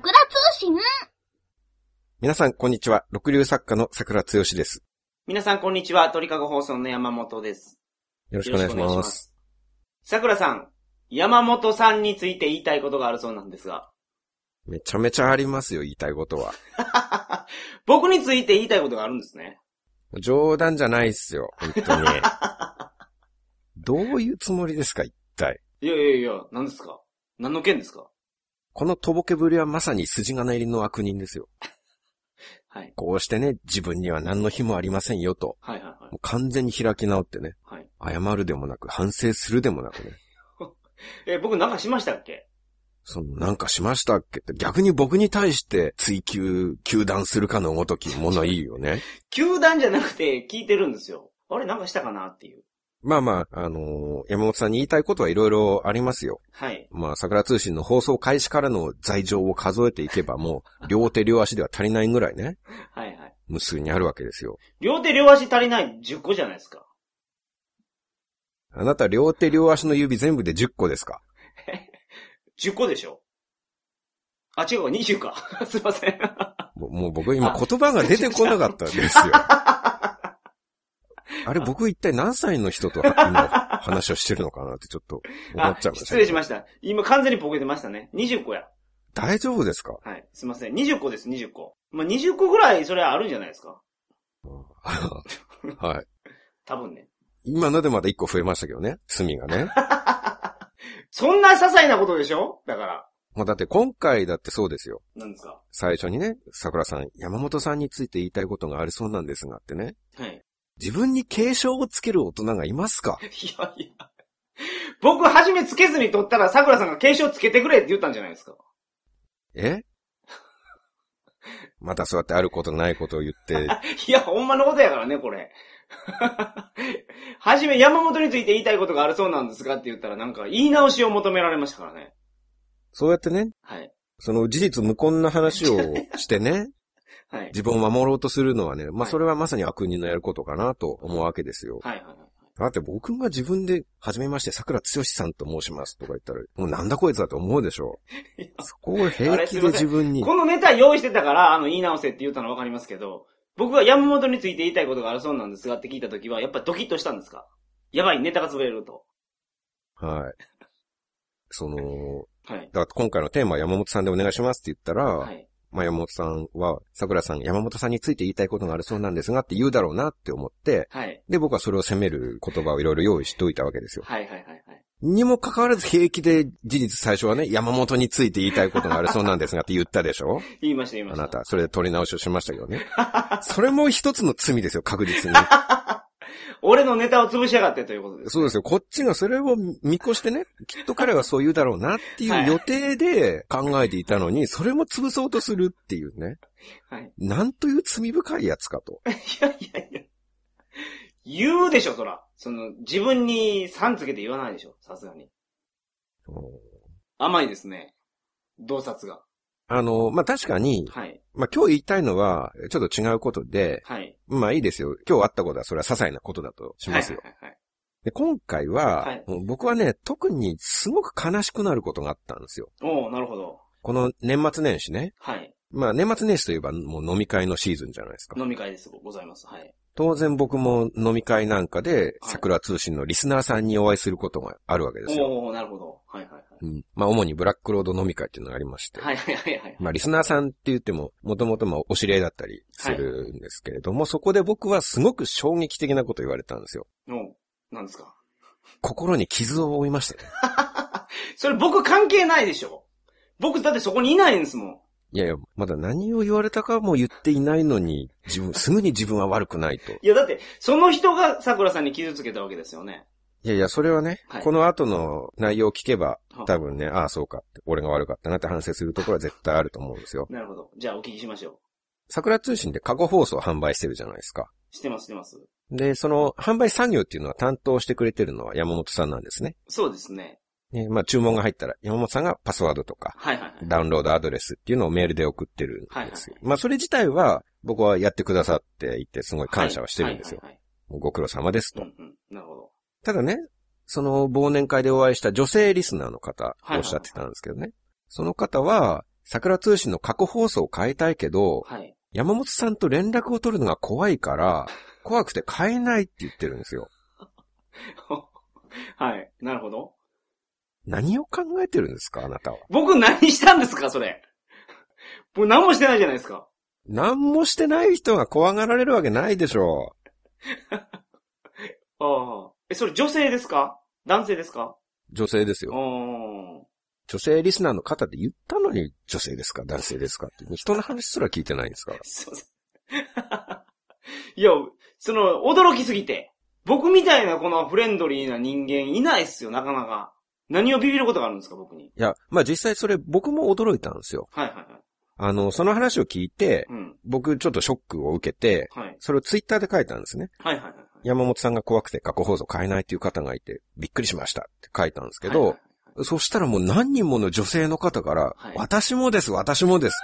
桜通信。 皆さん、こんにちは。六流作家の桜つよしです。 皆さん、こんにちは。鳥かご放送の山本です。 よろしくお願いします。 桜さん、山本さんについて言いたいことがあるそうなんですが。 めちゃめちゃありますよ、言いたいことは。 僕について言いたいことがあるんですね。 冗談じゃないっすよ、本当に。どういうつもりですか、一体。 いや、何ですか？何の件ですか？ このとぼけぶりはまさに筋金入りの悪人ですよ。 はい。 こうしてね、自分には何の非もありませんよと。 はいはいはい。 もう完全に開き直ってね。 はい。 謝るでもなく、反省するでもなくね。 僕なんかしましたっけ？ なんかしましたっけって逆に僕に対して追求するかのごときものいいよね。 糾弾じゃなくて聞いてるんですよ。あれなんかしたかなっていう。 まあまあ、山本さんに言いたいことはいろいろありますよ。 はい。 まあ、桜通信の放送開始からの罪状を数えていけばもう、両手両足では足りないぐらいね。 はいはい。 無数にあるわけですよ。 両手両足足りない10個じゃないですか。 あなた両手両足の指全部で10個ですか 10個でしょ？あ、違う、20か。すいません。 もう僕今言葉が出てこなかったんですよ。あれ僕一体何歳の人と今話をしてるのかなってちょっと思っちゃいました。 失礼しました。今完全にボケてましたね。20個や。 大丈夫ですか？ はい。すいません。20個です、20個。まあ、20個ぐらいそれはあるんじゃないですか。 はい。 多分ね。 今のでまだ1個増えましたけどね。罪がね。 そんな些細なことでしょ？だから。 もうだって今回だってそうですよ。 何ですか？ 最初にね、桜さん、山本さんについて言いたいことがありそうなんですがってね。 はい。 自分に警鐘をつける大人がいますか？ いや。僕初めつけずに取ったら桜さんが警鐘つけてくれって言ったんじゃないですか。 またそうやってあることないことを言って。 いや、ほんまのことやからね、これ。はじめ山本について言いたいことがあるそうなんですかって言ったらなんか言い直しを求められましたからね。 そうやってね。 はい。 その事実無根な話をしてね。 はい。 自分を守ろうとするのはね、まあそれはまさに悪人のやることかなと思うわけですよ。 はいはいはい。 だって僕が自分で、はじめまして桜つよしさんと申しますとか言ったら、もうなんだこいつだと思うでしょ。そこを平気で自分に。 このネタ用意してたから、言い直せって言ったのはわかりますけど、僕が山本について言いたいことがあるそうなんですがって聞いたときは、やっぱドキッとしたんですか？やばい、ネタが潰れると。 はい。 はい。 だから今回のテーマは山本さんでお願いしますって言ったら、 はい。 まあ山本さんは、桜さん、山本さんについて言いたいことがあるそうなんですがって言うだろうなって思って、 はい。 で、僕はそれを責める言葉をいろいろ用意しておいたわけですよ。 はいはいはいはい。 にもかかわらず平気で事実最初はね、山本について言いたいことがあるそうなんですがって言ったでしょ？ 言いました。 あなた、それで取り直しをしましたけどね。それも一つの罪ですよ、確実に。 俺のネタを潰しやがってということです、ね。 そうですよ。こっちがそれを見越してね、きっと彼はそう言うだろうなっていう予定で考えていたのに、それも潰そうとするっていうね。 はい。 なんという罪深いやつかと。 いや。言うでしょ、そら。自分に3つけて言わないでしょ、さすがに。甘いですね。洞察が。 まあ、確かに、 はい。 まあ、今日言いたいのは、ちょっと違うことで、 はい。 まあいいですよ。今日あったことはそれは些細なことだとしますよ。 はい。 で、今回は、 はい、 もう僕はね、特にすごく悲しくなることがあったんですよ。 おー、なるほど。 この年末年始ね。 はい。 まあ年末年始といえばもう飲み会のシーズンじゃないですか。 飲み会ですございます。はい。 当然僕も飲み会なんかで、桜通信のリスナーさんにお会いすることがあるわけですよ。 おー、なるほど。はい。 うん。まあ主にブラックロード飲み会っていうのがありまして。 はい。 まあリスナーさんって言っても、もともとお知り合いだったりするんですけれども、そこで僕はすごく衝撃的なことを言われたんですよ。 何ですか？ 心に傷を負いましたね。 それ僕関係ないでしょ。僕だってそこにいないんですもん。 いや、まだ何を言われたかも言っていないのに、すぐに自分は悪くないと。 いや、だって、その人が桜さんに傷つけたわけですよね。 いや、それはね、 はい、 この後の内容を聞けば、多分ね、ああ、そうかって、俺が悪かったなって反省するところは絶対あると思うんですよ。 なるほど。じゃあお聞きしましょう。 桜通信で過去放送を販売してるじゃないですか。 してます。 で、その販売作業っていうのは担当してくれてるのは山本さんなんですね。 そうですね。 まあ注文が入ったら山本さんがパスワードとか、ダウンロードアドレスっていうのをメールで送ってるんですよ。まあそれ自体は僕はやってくださっていてすごい感謝はしてるんですよ。ご苦労様ですと。 なるほど。 ただね、その忘年会でお会いした女性リスナーの方おっしゃってたんですけどね。その方は桜通信の過去放送を変えたいけど、はい、山本さんと連絡を取るのが怖いから、怖くて変えないって言ってるんですよ。 はい。なるほど。 何を考えてるんですか、あなたは。 僕何したんですか、それ。僕何もしてないじゃないですか。 何もしてない人が怖がられるわけないでしょう。 ああ。それ女性ですか？男性ですか？ 女性ですよ。女性リスナーの方で言ったのに女性ですか男性ですかって人の話すら聞いてないんですから。そうです。 いや、驚きすぎて。僕みたいなこのフレンドリーな人間いないっすよ、なかなか。何をビビることがあるんですか、僕に。いや、まあ、実際それ僕も驚いたんですよ。はいはいはい。その話を聞いて、僕ちょっとショックを受けて、それをツイッターで書いたんですね。はいはいはい。山本さんが怖くて過去放送変えないっていう方がいて、びっくりしましたって書いたんですけど、はいはいはい、そしたらもう何人もの女性の方から、はい、私もですと、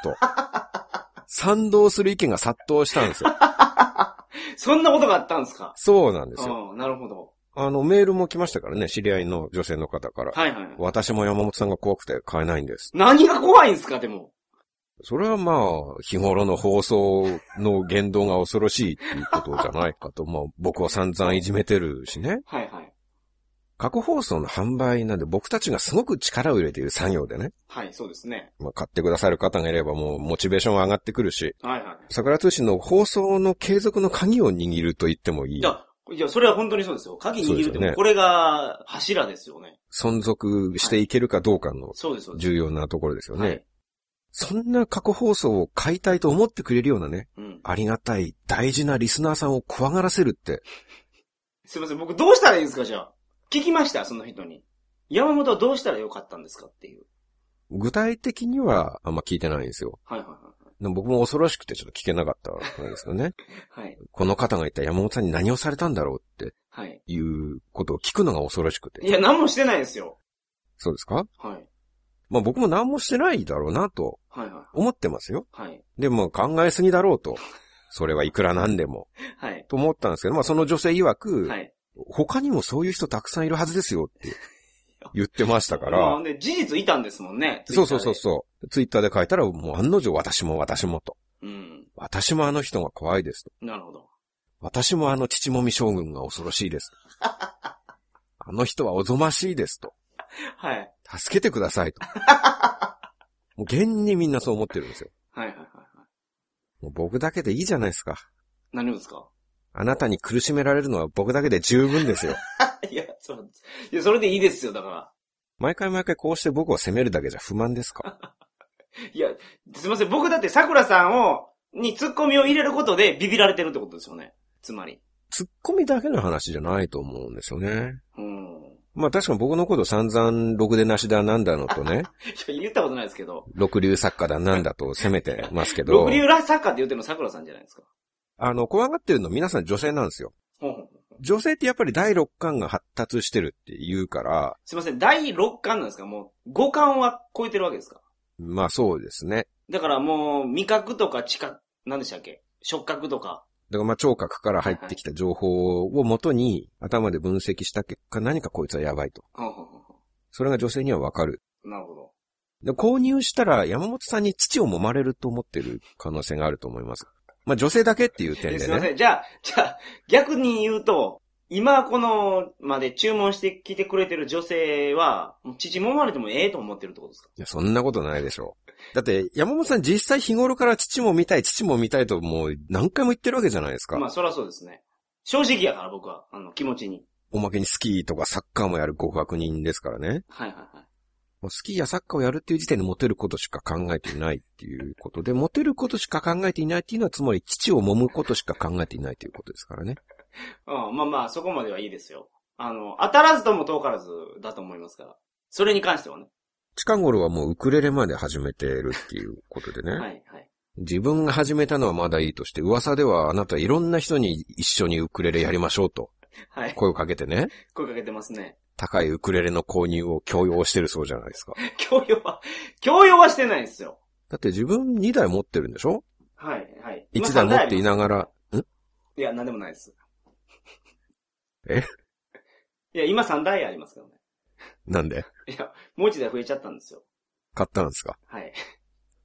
賛同する意見が殺到したんですよ。 そんなことがあったんですか？ そうなんですよ。 なるほど。 メールも来ましたからね、知り合いの女性の方から。はいはいはい。私も山本さんが怖くて買えないんです。 何が怖いんですか、でも。 それはまあ、日頃の放送の言動が恐ろしいっていうことじゃないかと、まあ僕は散々いじめてるしね。はいはい。過去放送の販売なんで僕たちがすごく力を入れている作業でね。 はい、そうですね。 まあ買ってくださる方がいればもうモチベーションが上がってくるし。はいはい。桜通信の放送の継続の鍵を握ると言ってもいい。 いや、それは本当にそうですよ。鍵握るってもこれが柱ですよね。 存続していけるかどうかの重要なところですよね。はい、そんな過去放送を買いたいと思ってくれるようなね、ありがたい大事なリスナーさんを怖がらせるって。 すいません、僕どうしたらいいんですか、じゃあ。聞きました、その人に。山本はどうしたらよかったんですかっていう。 具体的にはあんま聞いてないんですよ。はいはいはい。でも僕も恐ろしくてちょっと聞けなかったわけですよね。はい。この方が言った山本さんに何をされたんだろうって。はい。いうことを聞くのが恐ろしくて。 いや、何もしてないですよ。 そうですか？はい。まあ僕も何もしてないだろうなと。はいはい。思ってますよ。はい。でも考えすぎだろうと。それはいくらなんでも。はい。と思ったんですけど、まあその女性曰く。はい。他にもそういう人たくさんいるはずですよって言ってましたから。 で事実いたんですもんね。 そう。ツイッターで書いたらもう案の定私もと。うん。私もあの人が怖いですと。 なるほど。 私も父もみ将軍が恐ろしいです。あの人はおぞましいですと。はい。助けてくださいと。もう現にみんなそう思ってるんですよ。はいはいはい。もう僕だけでいいじゃないですか。 何をですか？ あなたに苦しめられるのは僕だけで十分ですよ。 いや、それでいいですよ、だから。 毎回こうして僕を責めるだけじゃ不満ですか？ いや、すいません。僕だって桜さんにツッコミを入れることでビビられてるってことですよね。つまり。 ツッコミだけの話じゃないと思うんですよね。まあ確かに僕のこと散々ろくでなしだなんだのとね。 いや、言ったことないですけど。 六流作家だなんだと責めてますけど。 六流作家って言ってるの桜さんじゃないですか。 怖がってるの皆さん女性なんですよ。女性ってやっぱり第六感が発達してるって言うから。 すいません、第六感なんですか？もう五感は超えてるわけですか？ まあそうですね。 だからもう味覚とか知覚、何でしたっけ？触覚とか。 だからまあ聴覚から入ってきた情報をもとに頭で分析した結果何かこいつはやばいと。それが女性にはわかる。 なるほど。 で購入したら山本さんに土を揉まれると思ってる可能性があると思います。まあ女性だけっていう点でね。 すいません。じゃあ、逆に言うと、今このまで注文してきてくれてる女性は、乳揉まれてもええと思ってるってことですか？ いや、そんなことないでしょう。だって、山本さん実際日頃から父も見たいともう何回も言ってるわけじゃないですか。 まあそりゃそうですね。正直やから僕は、気持ちに。 おまけにスキーとかサッカーもやる極悪人ですからね。はいはいはい。スキーやサッカーをやるっていう時点でモテることしか考えていないっていうことで、モテることしか考えていないっていうのはつまり父を揉むことしか考えていないということですからね。 まあそこまではいいですよ。当たらずとも遠からずだと思いますから。それに関してはね。 近頃はもうウクレレまで始めてるっていうことでね。はいはい。自分が始めたのはまだいいとして、噂ではあなたいろんな人に一緒にウクレレやりましょうと。はい。声をかけてね。 声かけてますね。 高いウクレレの購入を強要してるそうじゃないですか。 強要はしてないですよ。 だって自分2台持ってるんでしょ？ はいはい。 1台持っていながら、 いや、なんでもないです。 え？ いや、今3台ありますけどね。 なんで？ いや、もう1台増えちゃったんですよ。 買ったんですか？ はい。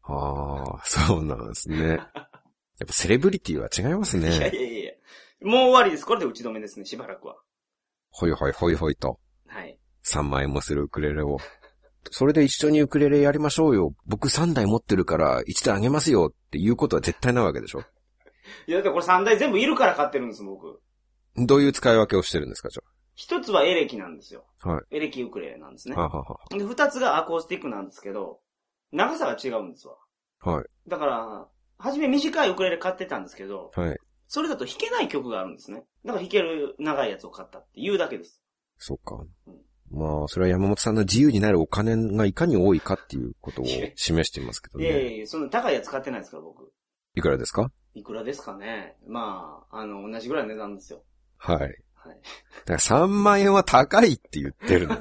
ああ、そうなんですね。やっぱセレブリティは違いますね。 いやいやいや。もう終わりです。これで打ち止めですね、しばらくは。 ほいほいほいほいと。 はい。 3万円もするウクレレを。それで一緒にウクレレやりましょうよ。僕3台持ってるから1台あげますよっていうことは絶対ないわけでしょ。 いや、だってこれ3台全部いるから買ってるんです、僕。 どういう使い分けをしてるんですか、じゃあ。 一つはエレキなんですよ。 はい。 エレキウクレレなんですね。 はははで、二つがアコースティックなんですけど、長さが違うんですわ。 はい。 だから、初め短いウクレレ買ってたんですけど、 はい。 それだと弾けない曲があるんですね。だから弾ける長いやつを買ったっていうだけです。 そうか。まあ、それは山本さんの自由になるお金がいかに多いかっていうことを示していますけどね。 いやその高いやつ買ってないですから、僕。 いくらですか？ いくらですかね。まあ、同じぐらいの値段ですよ。 はい。はい。だから3万円は高いって言ってるのに。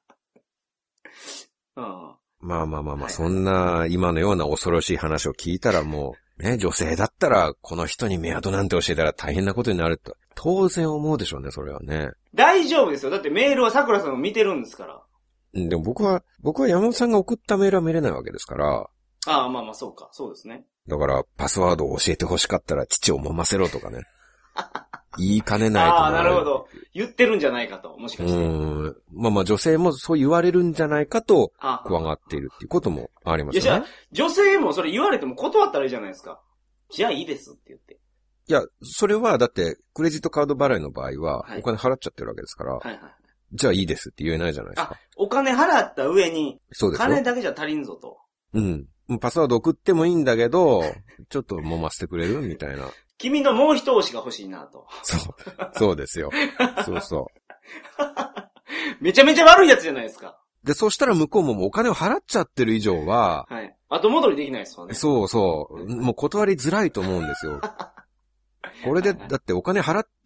まあまあまあまあ、そんな今のような恐ろしい話を聞いたらもう、ね、女性だったらこの人にメアドなんて教えたら大変なことになると。当然思うでしょうね、それはね。 大丈夫ですよ。だってメールは桜さんも見てるんですから。 でも僕は山本さんが送ったメールは見れないわけですから。 ああ、まあまあ、そうか。そうですね。 だから、パスワードを教えて欲しかったら父を揉ませろとかね。言いかねないと。 ああ、なるほど。言ってるんじゃないかと、もしかして。 まあまあ女性もそう言われるんじゃないかと、怖がっているっていうこともありますよね。 いや、じゃあ、女性もそれ言われても断ったらいいじゃないですか。じゃあいいですって言って。 いや、それはだって、クレジットカード払いの場合は、お金払っちゃってるわけですから、はいはい、じゃあいいですって言えないじゃないですか。 あ、お金払った上に、そうですよ。金だけじゃ足りんぞと。 うん。パスワード送ってもいいんだけど、ちょっと揉ませてくれるみたいな。 君のもう一押しが欲しいなと。 そうですよ。そうそう。 めちゃめちゃ悪いやつじゃないですか。 で、そうしたら向こうもお金を払っちゃってる以上は、 はい。後戻りできないですよね。 そうそう。もう断りづらいと思うんですよ。これで、だってお金払って、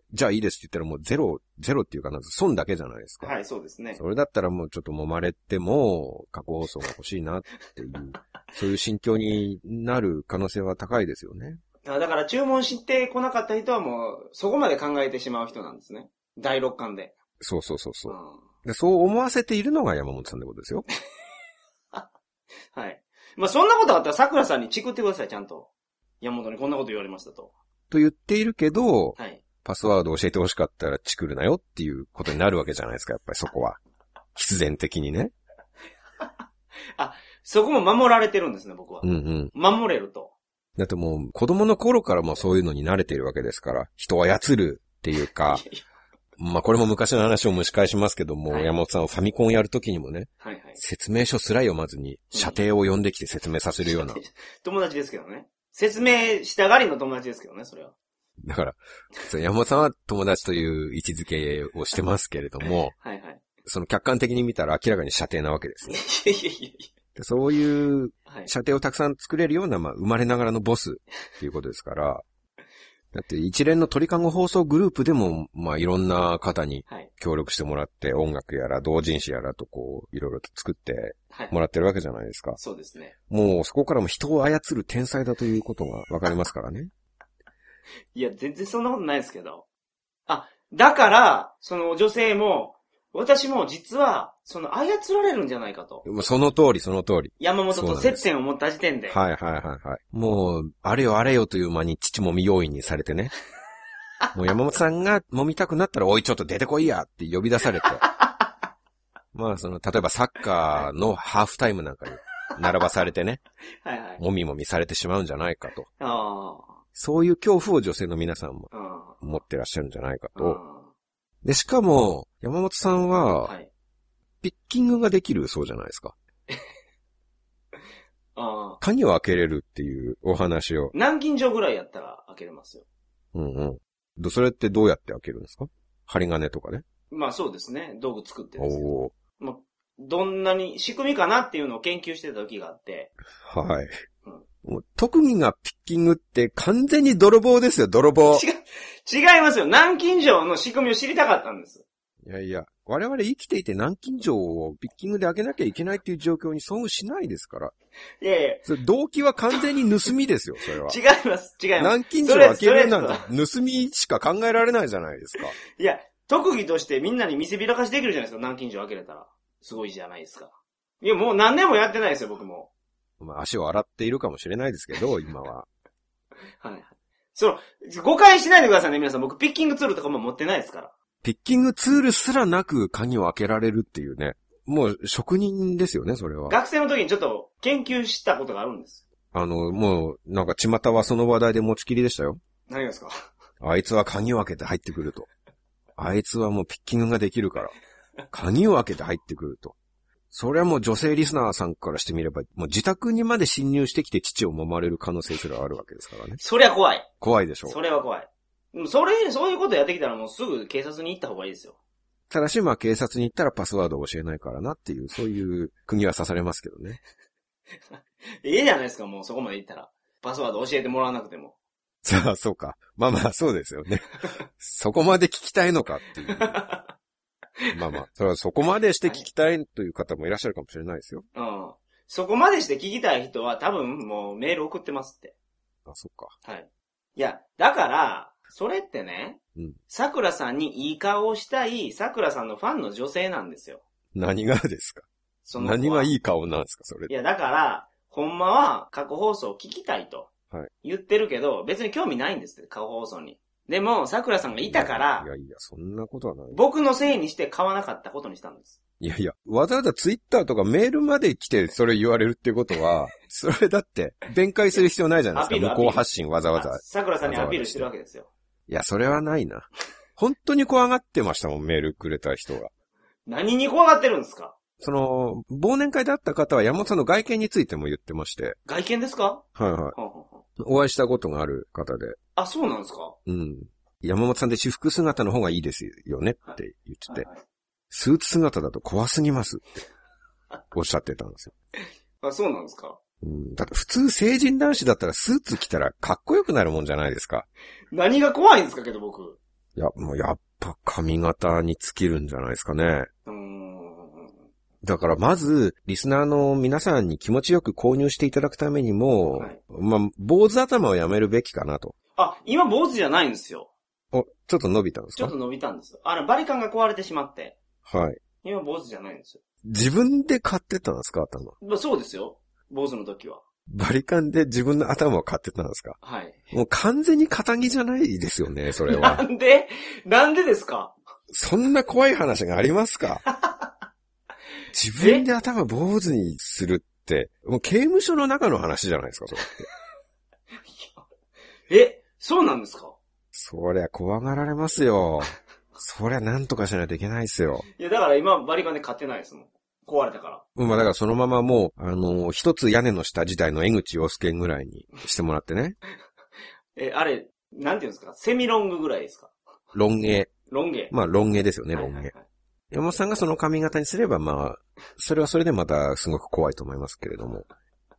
じゃあいいですって言ったらもうゼロっていうかな、損だけじゃないですか。 はい、そうですね。 それだったらもうちょっと揉まれても、過去放送が欲しいなっていう、そういう心境になる可能性は高いですよね。 だから注文してこなかった人はもう、そこまで考えてしまう人なんですね。第六感で。 そうそうそうそう、で。そう思わせているのが山本さんってことですよ。 はい。まあそんなことあったら桜さんにチクってください、ちゃんと。山本にこんなこと言われましたと。 と言っているけど、はい、パスワード教えて欲しかったらチクるなよっていうことになるわけじゃないですか、やっぱりそこは。必然的にね。 あ、そこも守られてるんですね、僕は。うんうん。守れると。 だってもう子供の頃からもそういうのに慣れているわけですから、人を操るっていうか、まあこれも昔の話を蒸し返しますけども、はい、山本さんはファミコンをやるときにもね、はいはい、説明書すら読まずに、射程を呼んできて説明させるような。 友達ですけどね。説明したがりの友達ですけどね、それは。 だから、山本さんは友達という位置づけをしてますけれども、はいはい、その客観的に見たら明らかに射程なわけですよ。いやいやいや。そういう射程をたくさん作れるような、まあ、生まれながらのボスっていうことですから、だって一連の鳥かご放送グループでも、まあいろんな方に協力してもらって、音楽やら同人誌やらとこう、いろいろと作ってもらってるわけじゃないですか。 そうですね。 もうそこからも人を操る天才だということがわかりますからね。 いや、全然そんなことないですけど。あ、だから、その女性も、私も実は、操られるんじゃないかと。 その通り、その通り。 山本と接点を持った時点で。 はいはいはいはい。もう、あれよあれよという間に父もみ要員にされてね。もう山本さんが揉みたくなったら、おいちょっと出てこいやって呼び出されて。まあ例えばサッカーのハーフタイムなんかに並ばされてね。はいはい。もみもみされてしまうんじゃないかと。そういう恐怖を女性の皆さんも持ってらっしゃるんじゃないかと。で、しかも、山本さんは、ピッキングができるそうじゃないですか。鍵を開けれるっていうお話を。 南京錠ぐらいやったら開けれますよ。 うんうん。それってどうやって開けるんですか？針金とかね。 まあそうですね。道具作ってですけど。まあ、どんなに仕組みかなっていうのを研究してた時があって。 はい。もう特技がピッキングって完全に泥棒ですよ、泥棒。 違いますよ。南京錠の仕組みを知りたかったんです。 いやいや、我々生きていて南京錠をピッキングで開けなきゃいけないっていう状況に遭遇しないですから。 いやいや。 それ動機は完全に盗みですよ、それは。 違います。 南京錠を開けるなんて盗みしか考えられないじゃないですか。 いや、特技としてみんなに見せびらかしできるじゃないですか、南京錠開けれたら。すごいじゃないですか。いや、もう何年もやってないですよ、僕も。 まあ足を洗っているかもしれないですけど、今は。 はい。誤解しないでくださいね、皆さん。僕、ピッキングツールとかも持ってないですから。 ピッキングツールすらなく鍵を開けられるっていうね。もう職人ですよね、それは。 学生の時にちょっと研究したことがあるんです。 もう、なんか巷はその話題で持ちきりでしたよ。 何ですか？ あいつは鍵を開けて入ってくると。あいつはもうピッキングができるから。鍵を開けて入ってくると。それはもう女性リスナーさんからしてみれば、もう自宅にまで侵入してきて父を揉まれる可能性すらあるわけですからね。 そりゃ怖い。 怖いでしょう。 それは怖い。そういうことやってきたらもうすぐ警察に行った方がいいですよ。 ただしまあ警察に行ったらパスワードを教えないからなっていう、そういう釘は刺されますけどね。 いいじゃないですか、もうそこまで行ったら。パスワード教えてもらわなくても。 さあ、そうか。まあまあ、そうですよね。そこまで聞きたいのかっていう。まあまあ、それはそこまでして聞きたいという方もいらっしゃるかもしれないですよ。 うん。そこまでして聞きたい人は多分もうメール送ってますって。 あ、そっか。 はい。いや、だから、それってね、桜さんにいい顔をしたい桜さんのファンの女性なんですよ。 何がですか？何がいい顔なんですか、それ。 いや、だから、ほんまは過去放送を聞きたいと言ってるけど、別に興味ないんですって、過去放送に。でも、桜さんがいたから、 いや、そんなことはない。 僕のせいにして買わなかったことにしたんです。 いや、わざわざツイッターとかメールまで来てそれ言われるってことは、それだって、弁解する必要ないじゃないですか。向こう発信わざわざ。 桜さんにアピールしてるわけですよ。 いや、それはないな。本当に怖がってましたもん、メールくれた人が。 何に怖がってるんですか？ 忘年会で会った方は山本さんの外見についても言ってまして。 外見ですか？ はいはい。お会いしたことがある方で。 あ、そうなんですか？ うん。山本さんで私服姿の方がいいですよねって言ってて。スーツ姿だと怖すぎますっておっしゃってたんですよ。 あ、そうなんですか？ うん。だって普通成人男子だったらスーツ着たらかっこよくなるもんじゃないですか。 何が怖いんですかけど僕。 いや、もうやっぱ髪型に尽きるんじゃないですかね。だからまず、リスナーの皆さんに気持ちよく購入していただくためにも、まあ、坊主頭をやめるべきかなと。 あ、今坊主じゃないんですよ。 ちょっと伸びたんですか？ ちょっと伸びたんですよ。バリカンが壊れてしまって。 はい。 今坊主じゃないんですよ。 自分で買ってたんですか、頭。 そうですよ。坊主の時は。 バリカンで自分の頭を買ってたんですか？ はい。 もう完全に肩着じゃないですよね、それは。 なんでですか？ そんな怖い話がありますか？自分で頭坊主にするって、もう刑務所の中の話じゃないですか、それって。 そうなんですか？ そりゃ怖がられますよ。そりゃなんとかしないといけないですよ。 いや、だから今バリカンで買ってないですもん。壊れたから。 まあだからそのままもう、一つ屋根の下時代の江口洋介ぐらいにしてもらってね。 なんていうんですか？セミロングぐらいですか？ ロン毛。 ロン毛。 まあロン毛ですよね、ロン毛。山本さんがその髪型にすればまあ、それはそれでまたすごく怖いと思いますけれども。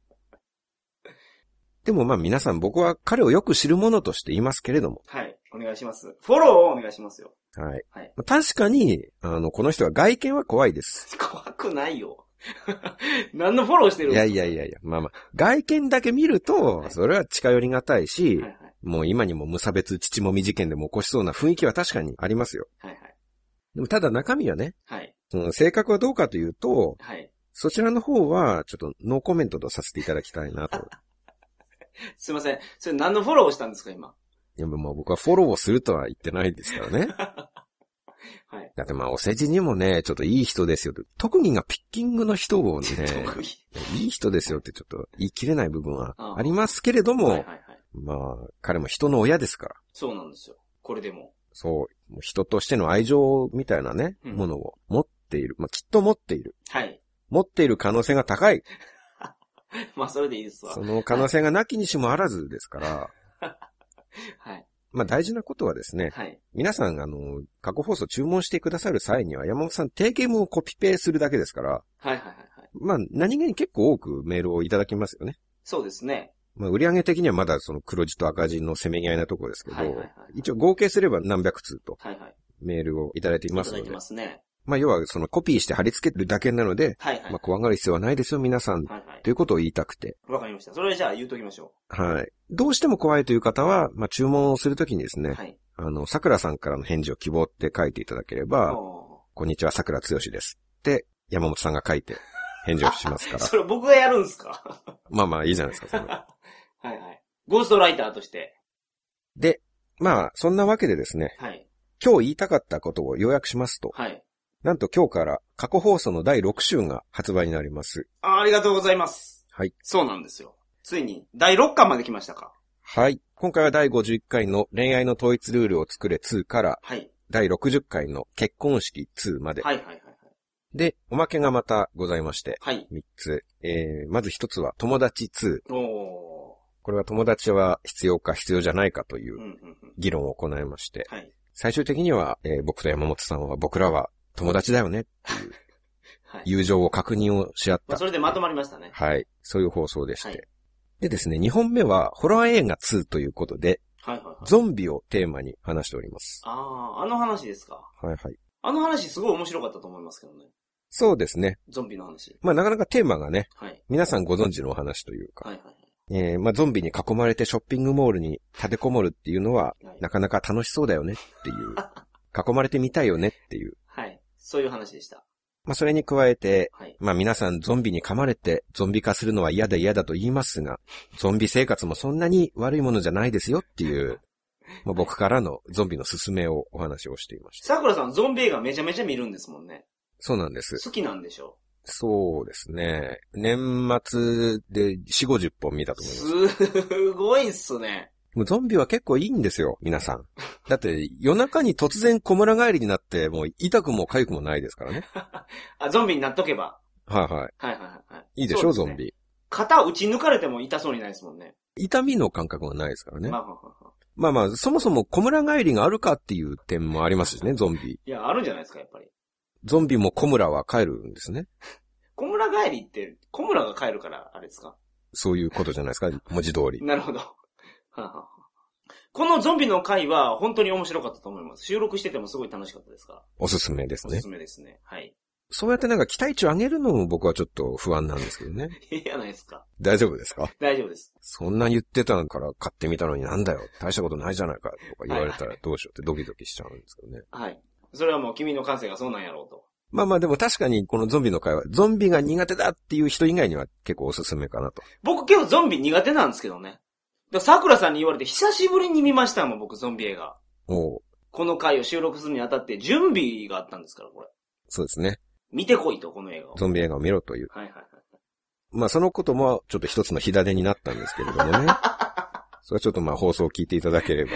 でもまあ皆さん僕は彼をよく知る者として言いますけれども。 はい。お願いします。フォローをお願いしますよ。 はい。はい、確かに、この人は外見は怖いです。 怖くないよ。何のフォローしてるんですか？ いや。まあまあ、外見だけ見ると、それは近寄りがたいし、はいはい、もう今にも無差別乳もみ事件でも起こしそうな雰囲気は確かにありますよ。はいはい。でもただ中身はね、はい。性格はどうかというと、はい。そちらの方は、ちょっとノーコメントとさせていただきたいなと。 すいません。それ何のフォローをしたんですか、今。 いや、もう僕はフォローをするとは言ってないですからね。はい。だってまあ、お世辞にもね、ちょっといい人ですよって。特技がピッキングの人をね、いい人ですよってちょっと言い切れない部分はありますけれども、はいはいはい、まあ、彼も人の親ですから。 そうなんですよ。これでも。 そう。人としての愛情みたいなね、ものを持っている。まあ、きっと持っている。はい。持っている可能性が高い。 まあ、それでいいですわ。 その可能性がなきにしもあらずですから。はい。まあ大事なことはですね。はい。皆さん過去放送注文してくださる際には山本さん定型文をコピペするだけですから。はいはいはいはい。まあ何気に結構多くメールをいただきますよね。 そうですね。 まあ売上的にはまだその黒字と赤字のせめぎ合いなところですけど、はいはいはいはい、一応合計すれば何百通とメールをいただいていますので。いただいてますね。まあ要はそのコピーして貼り付けるだけなので、はいはい、まあ怖がる必要はないですよ皆さん、はいはい、ということを言いたくて。 わかりました。それじゃあ言うときましょう。はい。どうしても怖いという方は、まあ注文をするときにですね、はい、桜さんからの返事を希望って書いていただければ、こんにちは桜剛ですって山本さんが書いて返事をしますから。 それ僕がやるんすか？ まあまあいいじゃないですか、それ。 はいはい。ゴーストライターとして。 で、まあ、そんなわけでですね。はい。今日言いたかったことを要約しますと。はい。なんと今日から過去放送の第6週が発売になります。 ありがとうございます。はい。そうなんですよ。ついに第6巻まで来ましたか。 はい。今回は第51回の恋愛の統一ルールを作れ2から、はい。第60回の結婚式2まで。はいはいはい。で、おまけがまたございまして。はい。3つ。まず1つは友達2。これは友達は必要か必要じゃないかという議論を行いまして。はい。最終的には、僕と山本さんは僕らは友達だよねっていう友情を確認をし合った。 まあ、それでまとまりましたね。 はい。そういう放送でして。はい、でですね、2本目はホラー映画2ということで、はいはいはい、ゾンビをテーマに話しております。 あの話ですか。 はいはい。 あの話すごい面白かったと思いますけどね。 そうですね。 ゾンビの話。 まあなかなかテーマがね、はい、皆さんご存知のお話というか、はいはいはい、まあゾンビに囲まれてショッピングモールに立てこもるっていうのは、はい、なかなか楽しそうだよねっていう、囲まれてみたいよねっていう。 はい。そういう話でした。 まあそれに加えて、はい、まあ皆さんゾンビに噛まれてゾンビ化するのは嫌だ嫌だと言いますが、ゾンビ生活もそんなに悪いものじゃないですよっていう、まあ、僕からのゾンビの勧めをお話をしていました。 桜さんゾンビ映画めちゃめちゃ見るんですもんね。 そうなんです。 好きなんでしょう。 そうですね。年末で4、50本見たと思います。 すごいっすね。 もうゾンビは結構いいんですよ、皆さん。だって夜中に突然小村帰りになってもう痛くも痒くもないですからね。 あ、ゾンビになっとけば。 はいはい。はいはいはい。 いいでしょ、ね、ゾンビ。 肩打ち抜かれても痛そうにないですもんね。 痛みの感覚がないですからね。まあまあ、そもそも小村帰りがあるかっていう点もありますしね、ゾンビ。 いや、あるんじゃないですか、やっぱり。 ゾンビも小村は帰るんですね。 小村帰りって、小村が帰るから、あれですか？ そういうことじゃないですか、文字通り。 なるほど。はあはあ、このゾンビの回は本当に面白かったと思います。収録しててもすごい楽しかったですから。 おすすめですね。 おすすめですね。はい。 そうやってなんか期待値を上げるのも僕はちょっと不安なんですけどね。 いいじゃないですか。 大丈夫ですか？ 大丈夫です。 そんな言ってたから買ってみたのになんだよ。大したことないじゃないかとか言われたらどうしようってドキドキしちゃうんですけどね。 はい。それはもう君の感性がそうなんやろうと。 まあまあでも確かにこのゾンビの会話、ゾンビが苦手だっていう人以外には結構おすすめかなと。 僕結構ゾンビ苦手なんですけどね。桜さんに言われて久しぶりに見ましたもん、僕ゾンビ映画。この回を収録するにあたって準備があったんですから、これ。 そうですね。 見てこいと、この映画を。 ゾンビ映画を見ろという。はいはいはい。まあそのこともちょっと一つの火種になったんですけれどもね。それはちょっとまあ放送を聞いていただければ。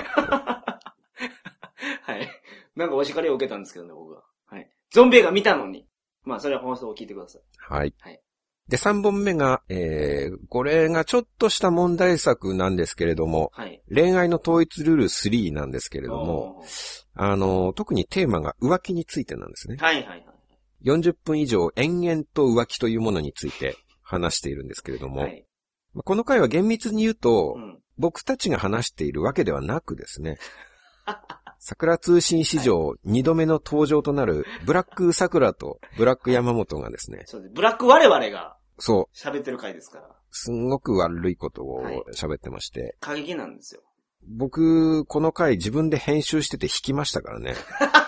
はい。なんかお叱りを受けたんですけどね、僕は。はい。ゾンビ映画見たのに。まあそれは放送を聞いてください。 はい。はい。で、3本目が、これがちょっとした問題作なんですけれども、はい、恋愛の統一ルール3なんですけれども、特にテーマが浮気についてなんですね。はいはいはい。40分以上延々と浮気というものについて話しているんですけれども、はい、この回は厳密に言うと、僕たちが話しているわけではなくですね、桜通信史上2度目の登場となるブラック桜とブラック山本がですね。 そうです。ブラック我々が。 そう。 喋ってる回ですから。 すんごく悪いことを喋ってまして。 過激なんですよ。 僕、この回自分で編集してて弾きましたからね。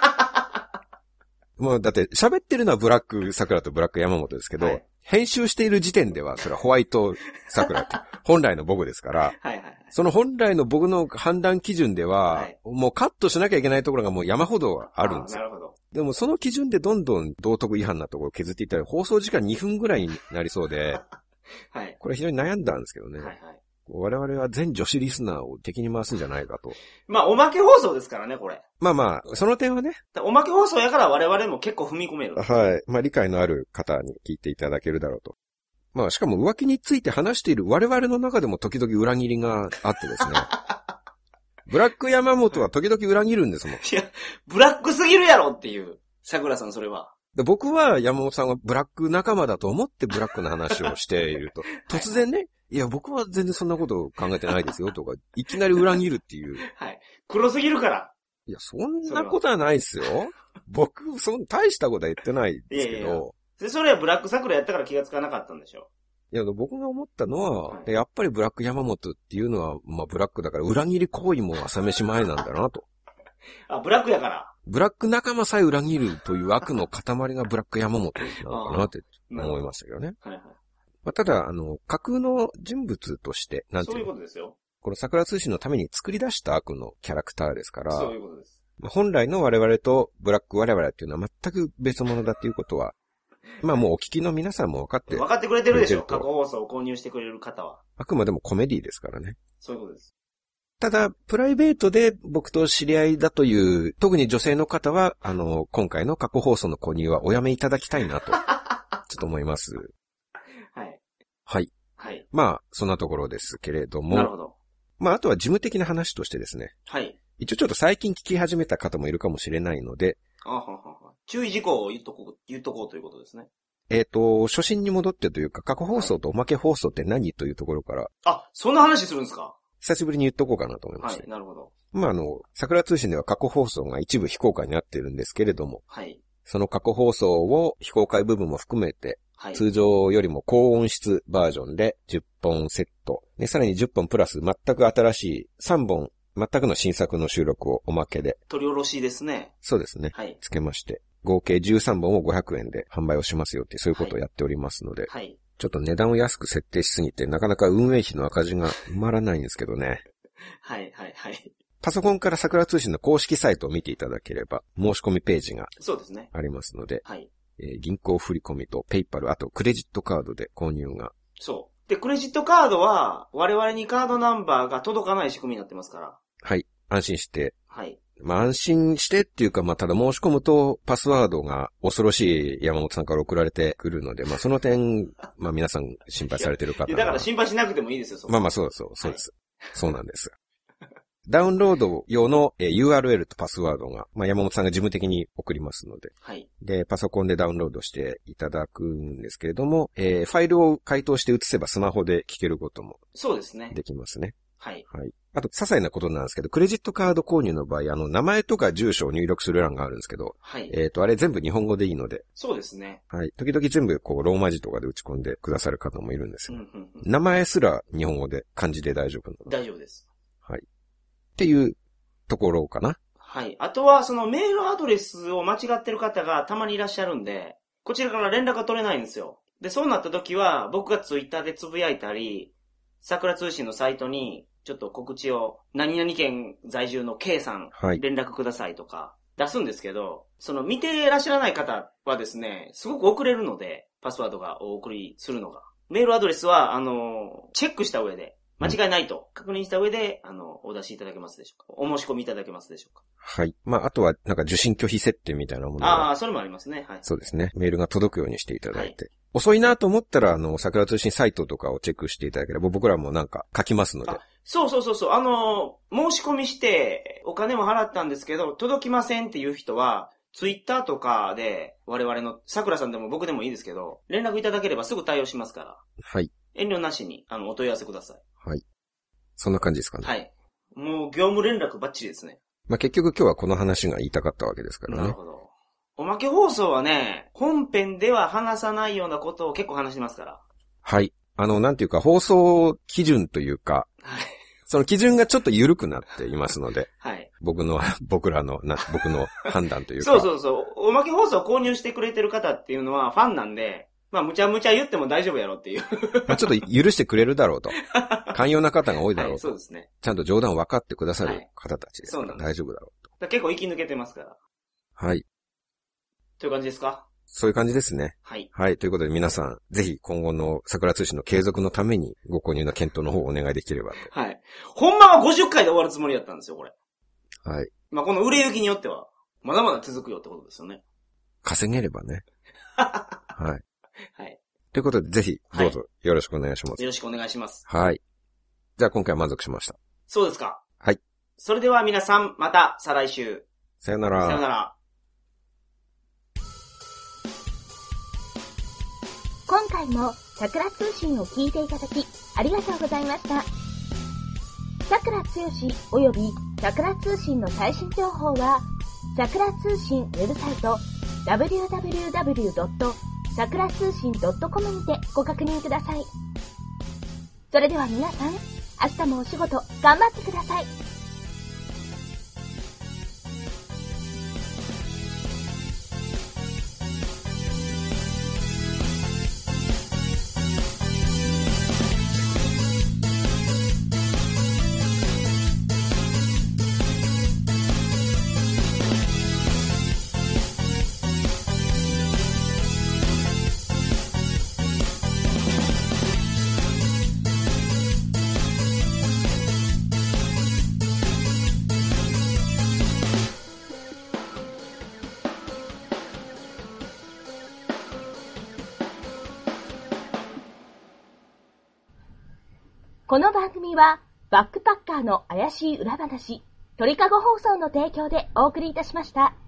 もうだって喋ってるのはブラック桜とブラック山本ですけど、はい、編集している時点ではそれはホワイト桜って本来の僕ですから、はいはいはい、その本来の僕の判断基準では、はい、もうカットしなきゃいけないところがもう山ほどあるんですよ。なるほど。でもその基準でどんどん道徳違反なところを削っていったら放送時間2分ぐらいになりそうで、はい、これ非常に悩んだんですけどね。はいはい、我々は全女子リスナーを敵に回すんじゃないかと。 まあおまけ放送ですからね、これ。 まあまあ、その点はね。 おまけ放送やから我々も結構踏み込める。 はい。まあ理解のある方に聞いていただけるだろうと。まあしかも浮気について話している我々の中でも時々裏切りがあってですね。ブラック山本は時々裏切るんですもん。いや、 ブラックすぎるやろっていう。桜さんそれは。 僕は山本さんはブラック仲間だと思ってブラックな話をしていると。突然ね、いや僕は全然そんなことを考えてないですよとか、いきなり裏切るっていう。 はい。黒すぎるから。 いや、そんなことはないですよ。僕、大したことは言ってないですけど。いやいやそれはブラック桜やったから気がつかなかったんでしょ。 いや、僕が思ったのは、はい、やっぱりブラック山本っていうのは、まあブラックだから裏切り行為も朝飯前なんだなと。 あ、ブラックやから。 ブラック仲間さえ裏切るという悪の塊がブラック山本なのかなって思いましたけどね。はいはい。まあ、ただ、架空の人物として、なんていうの？ そういうことですよ。 この桜通信のために作り出した悪のキャラクターですから、 そういうことです。 本来の我々とブラック我々っていうのは全く別物だっていうことは、まあもうお聞きの皆さんも分かってくれてるでしょ。過去放送を購入してくれる方は。 あくまでもコメディですからね。 そういうことです。 ただ、プライベートで僕と知り合いだという、特に女性の方は、今回の過去放送の購入はおやめいただきたいなと、ちょっと思います。 はい。 はい。 はい。 まあ、そんなところですけれども。 なるほど。 まあ、あとは事務的な話としてですね。 はい。 一応ちょっと最近聞き始めた方もいるかもしれないので。 注意事項を言っとこうということですね。 初心に戻ってというか、過去放送とおまけ放送って何というところから。 あ、そんな話するんですか？ 久しぶりに言っとこうかなと思いまして。 はい、なるほど。 まあ、桜通信では過去放送が一部非公開になっているんですけれども。 はい。 その過去放送を非公開部分も含めて、はい、通常よりも高音質バージョンで10本セット。で、さらに10本プラス全く新しい3本、全くの新作の収録をおまけで。 取り下ろしですね。 そうですね。はい。つけまして。合計13本を500円で販売をしますよってそういうことをやっておりますので。はい。ちょっと値段を安く設定しすぎて、なかなか運営費の赤字が埋まらないんですけどね。 はいはいはい。 パソコンから桜通信の公式サイトを見ていただければ、申し込みページがそうですね。 ありますので、 はい。 銀行振込とペイパル、あとクレジットカードで購入が。 そう。で、クレジットカードは、我々にカードナンバーが届かない仕組みになってますから。 はい。安心して。 はい。 まあ安心してっていうか、まあただ申し込むとパスワードが恐ろしい山本さんから送られてくるので、まあその点、まあ皆さん心配されてる方は。 だから心配しなくてもいいですよ、 まあまあそうです。はい、そうなんです。ダウンロード用の URL とパスワードが、まあ山本さんが事務的に送りますので。はい。で、パソコンでダウンロードしていただくんですけれども、ファイルを解凍して移せばスマホで聞けることも。 そうですね。 できますね。 はい。 はい。あと、些細なことなんですけど、クレジットカード購入の場合、名前とか住所を入力する欄があるんですけど、はい。あれ全部日本語でいいので。 そうですね。 はい。時々全部ローマ字とかで打ち込んでくださる方もいるんですよ。名前すら日本語で漢字で大丈夫なの。 大丈夫です。 はい。っていうところかな。 はい。あとは、そのメールアドレスを間違ってる方がたまにいらっしゃるんで、こちらから連絡が取れないんですよ。で、そうなった時は、僕がツイッターでつぶやいたり、桜通信のサイトに、ちょっと告知を、何々県在住の K さん、連絡くださいとか、出すんですけど、その見ていらっしゃらない方はですね、すごく遅れるので、パスワードがお送りするのが。メールアドレスは、チェックした上で、間違いないと確認した上で、お出しいただけますでしょうか。お申し込みいただけますでしょうか。 はい。まあ、あとは、なんか受信拒否設定みたいなものが。 ああ、それもありますね。はい。そうですね。メールが届くようにしていただいて。はい、遅いなと思ったら、桜通信サイトとかをチェックしていただければ、僕らもなんか書きますので。 そう。申し込みして、お金も払ったんですけど、届きませんっていう人は、ツイッターとかで、我々の、桜さんでも僕でもいいですけど、連絡いただければすぐ対応しますから。はい。遠慮なしに、お問い合わせください。 はい。そんな感じですかね。 はい。もう、業務連絡バッチリですね。 まあ、結局今日はこの話が言いたかったわけですからね。 なるほど。おまけ放送はね、本編では話さないようなことを結構話しますから。 はい。なんていうか、放送基準というか、はい。その基準がちょっと緩くなっていますので、はい。僕の判断というか。 そう。おまけ放送を購入してくれてる方っていうのはファンなんで、まあ、むちゃむちゃ言っても大丈夫やろっていう。 まあちょっと許してくれるだろうと。寛容な方が多いだろうと。はい、 そうですね。 ちゃんと冗談を分かってくださる方たちですから大丈夫だろうと。 結構生き抜けてますから。 はい。 という感じですか？ そういう感じですね。はい。はい。ということで皆さん、ぜひ今後の桜通信の継続のためにご購入の検討の方をお願いできればと。 はい。ほんまは50回で終わるつもりだったんですよ、これ。 はい。 まあ、この売れ行きによっては、まだまだ続くよってことですよね。 稼げればね。はい。はい。ということで、ぜひ、どうぞよろしくお願いします。 よろしくお願いします。 はい。じゃあ今回は満足しました。 そうですか。 はい。 それでは皆さん、また再来週。 さよなら。 さよなら。 今回も桜通信を聞いていただきありがとうございました。桜つよしおよび桜通信の最新情報は桜通信ウェブサイト www.通信 .com にてご確認ください。それでは皆さん、明日もお仕事頑張ってください。 この番組は、バックパッカーの怪しい裏話、鳥かご放送の提供でお送りいたしました。